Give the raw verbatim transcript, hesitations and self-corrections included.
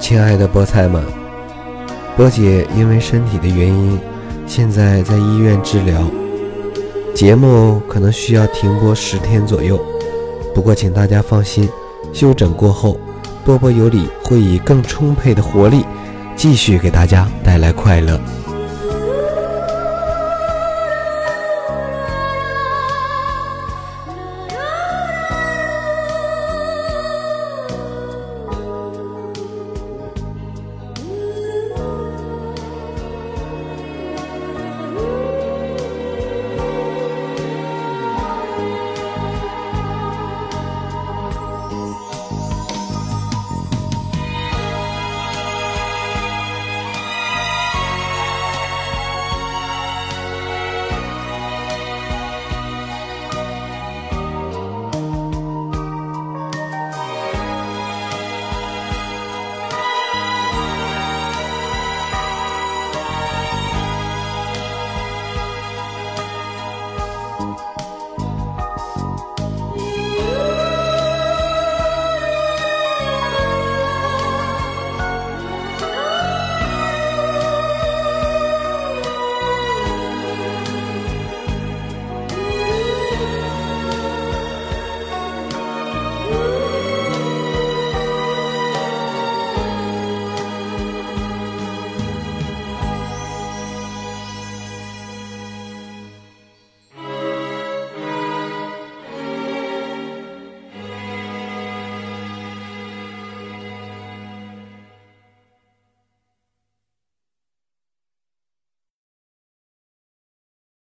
亲爱的菠菜们，波姐因为身体的原因，现在在医院治疗，节目可能需要停播十天左右。不过请大家放心，休整过后，波波有理会以更充沛的活力，继续给大家带来快乐。